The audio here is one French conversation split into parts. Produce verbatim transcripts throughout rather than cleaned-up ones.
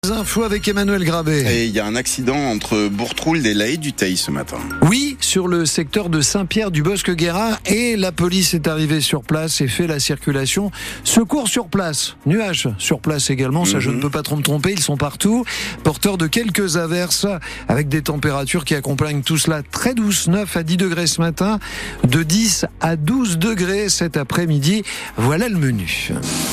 Infos avec Emmanuel Grabé. Et il y a un accident entre Bourtroulde et La Haye-du-Teil ce matin. Oui, sur le secteur de Saint-Pierre-du-Bosc-Guérin, et la police est arrivée sur place et fait la circulation. Secours sur place, nuages sur place également, ça mm-hmm. je ne peux pas trop me tromper, ils sont partout, porteurs de quelques averses avec des températures qui accompagnent tout cela très douces, neuf à dix degrés ce matin, de dix à douze degrés cet après-midi. Voilà le menu.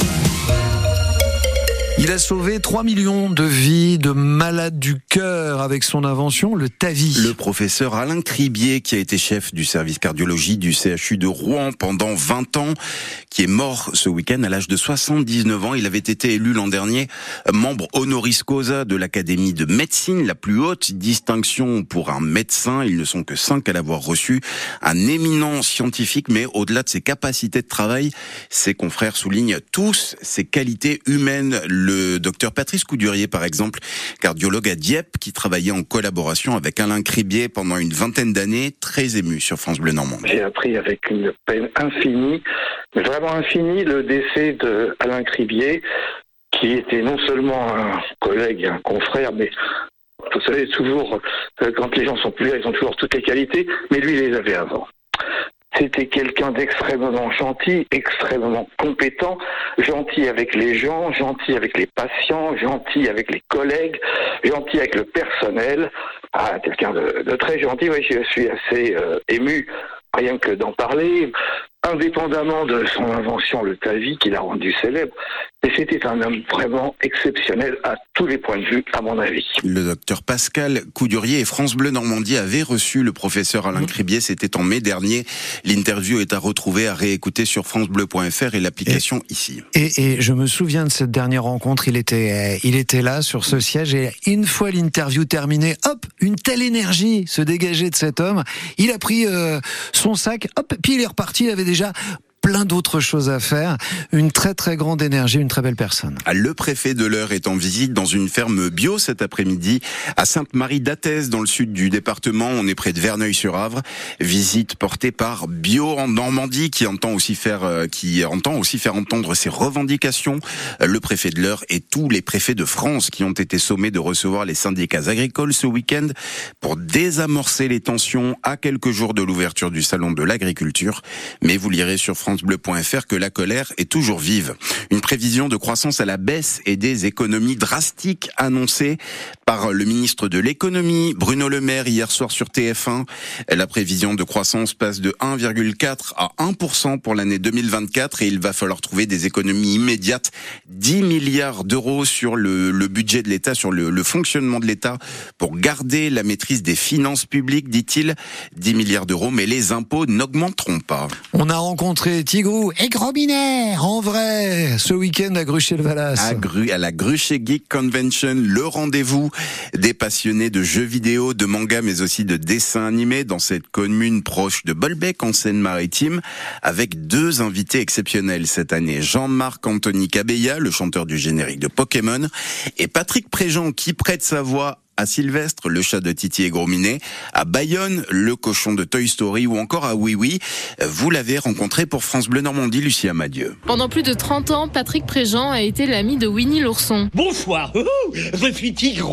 Il a sauvé trois millions de vies de malades du cœur avec son invention, le TAVI. Le professeur Alain Cribier, qui a été chef du service cardiologie du C H U de Rouen pendant vingt ans, qui est mort ce week-end à l'âge de soixante-dix-neuf ans. Il avait été élu l'an dernier membre honoris causa de l'Académie de médecine, la plus haute distinction pour un médecin. Ils ne sont que cinq à l'avoir reçu. Un éminent scientifique, mais au-delà de ses capacités de travail, ses confrères soulignent tous ses qualités humaines. Le docteur Patrice Coudurier, par exemple, cardiologue à Dieppe, qui travaillait en collaboration avec Alain Cribier pendant une vingtaine d'années, très ému sur France Bleu Normandie. J'ai appris avec une peine infinie, vraiment infinie, le décès de Alain Cribier, qui était non seulement un collègue et un confrère, mais vous savez, toujours, quand les gens sont plus là, ils ont toujours toutes les qualités, mais lui, il les avait avant. C'était quelqu'un d'extrêmement gentil, extrêmement compétent, gentil avec les gens, gentil avec les patients, gentil avec les collègues, gentil avec le personnel. Ah, quelqu'un de, de très gentil, oui, je suis assez euh, ému, rien que d'en parler, indépendamment de son invention, le TAVI, qui l'a rendu célèbre. Et c'était un homme vraiment exceptionnel à tous les points de vue, à mon avis. Le docteur Pascal Coudurier et France Bleu Normandie avaient reçu le professeur Alain Cribier. C'était en mai dernier. L'interview est à retrouver, à réécouter sur francebleu point f r et l'application et, ici. Et, et je me souviens de cette dernière rencontre. Il était, il était là sur ce siège et une fois l'interview terminée, hop, une telle énergie se dégageait de cet homme. Il a pris euh, son sac, hop, puis il est reparti. Il avait déjà plein d'autres choses à faire, une très très grande énergie, une très belle personne. Le préfet de l'Eure est en visite dans une ferme bio cet après-midi à Sainte-Marie-d'Athès dans le sud du département. On est près de Verneuil-sur-Avre. Visite portée par Bio en Normandie qui entend aussi faire qui entend aussi faire entendre ses revendications. Le préfet de l'Eure et tous les préfets de France qui ont été sommés de recevoir les syndicats agricoles ce week-end pour désamorcer les tensions à quelques jours de l'ouverture du salon de l'agriculture. Mais vous lirez sur francebleu point f r que la colère est toujours vive. Une prévision de croissance à la baisse et des économies drastiques annoncées par le ministre de l'économie, Bruno Le Maire, hier soir sur T F un. La prévision de croissance passe de un virgule quatre à un pour cent pour l'année deux mille vingt-quatre et il va falloir trouver des économies immédiates. dix milliards d'euros sur le, le budget de l'État, sur le, le fonctionnement de l'État pour garder la maîtrise des finances publiques, dit-il. dix milliards d'euros, mais les impôts n'augmenteront pas. On a rencontré Tigrou et Grobinaire, en vrai, ce week-end à Gruchet-le-Valas. À, Gru- à la Gruchet Geek Convention, le rendez-vous des passionnés de jeux vidéo, de manga, mais aussi de dessins animés dans cette commune proche de Bolbec, en Seine-Maritime, avec deux invités exceptionnels cette année. Jean-Marc Anthony Cabella, le chanteur du générique de Pokémon, et Patrick Préjean, qui prête sa voix à Sylvestre, le chat de Titi et Gros Minet, à Bayonne, le cochon de Toy Story, ou encore à Oui Oui. Vous l'avez rencontré pour France Bleu Normandie, Lucie Amadieu. Pendant plus de trente ans, Patrick Préjean a été l'ami de Winnie l'ourson. Bonsoir, je suis Tigrou.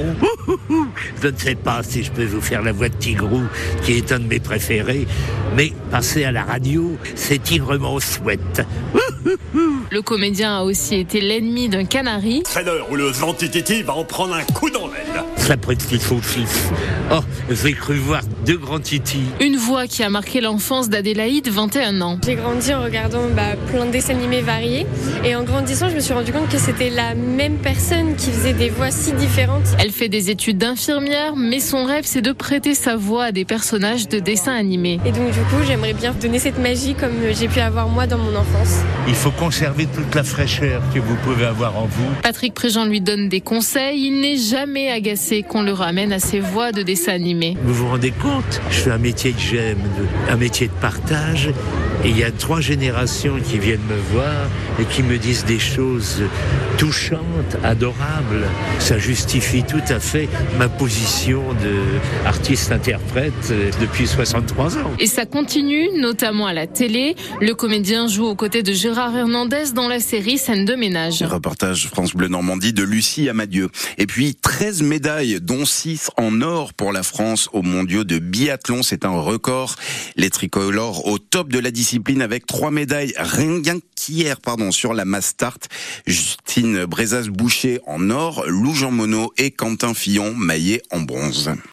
Je ne sais pas si je peux vous faire la voix de Tigrou, qui est un de mes préférés, mais passer à la radio, c'est tigrement chouette. Le comédien a aussi été l'ennemi d'un canari. C'est l'heure où le gentil Titi va en prendre un coup dans l'aile. Ça prête qu'il faut fif. Oh, j'ai cru voir deux grands titis. Une voix qui a marqué l'enfance d'Adélaïde, vingt et un ans. J'ai grandi en regardant bah, plein de dessins animés variés. Et en grandissant, je me suis rendu compte que c'était la même personne qui faisait des voix si différentes. Elle fait des études d'infirmière, mais son rêve, c'est de prêter sa voix à des personnages de dessins animés. Et donc, du coup, j'aimerais bien donner cette magie comme j'ai pu avoir moi dans mon enfance. Il faut conserver toute la fraîcheur que vous pouvez avoir en vous. Patrick Préjean lui donne des conseils. Il n'est jamais agacé qu'on le ramène à ses voix de dessins animés. Vous vous rendez compte ? Je fais un métier que j'aime, un métier de partage, Et il y a trois générations qui viennent me voir et qui me disent des choses touchantes, adorables. Ça justifie tout à fait ma position d'artiste-interprète depuis soixante-trois ans. Et ça continue, notamment à la télé. Le comédien joue aux côtés de Gérard Hernandez dans la série Scène de ménage. Reportage France Bleu Normandie de Lucie Amadieu. Et puis treize médailles, dont six en or pour la France aux mondiaux de biathlon. C'est un record. Les tricolores au top de la discipline avec trois médailles rien qu'hier, pardon, sur la mass start. Justine Brezas-Boucher en or, Lou Jean Monod et Quentin Fillon maillé en bronze.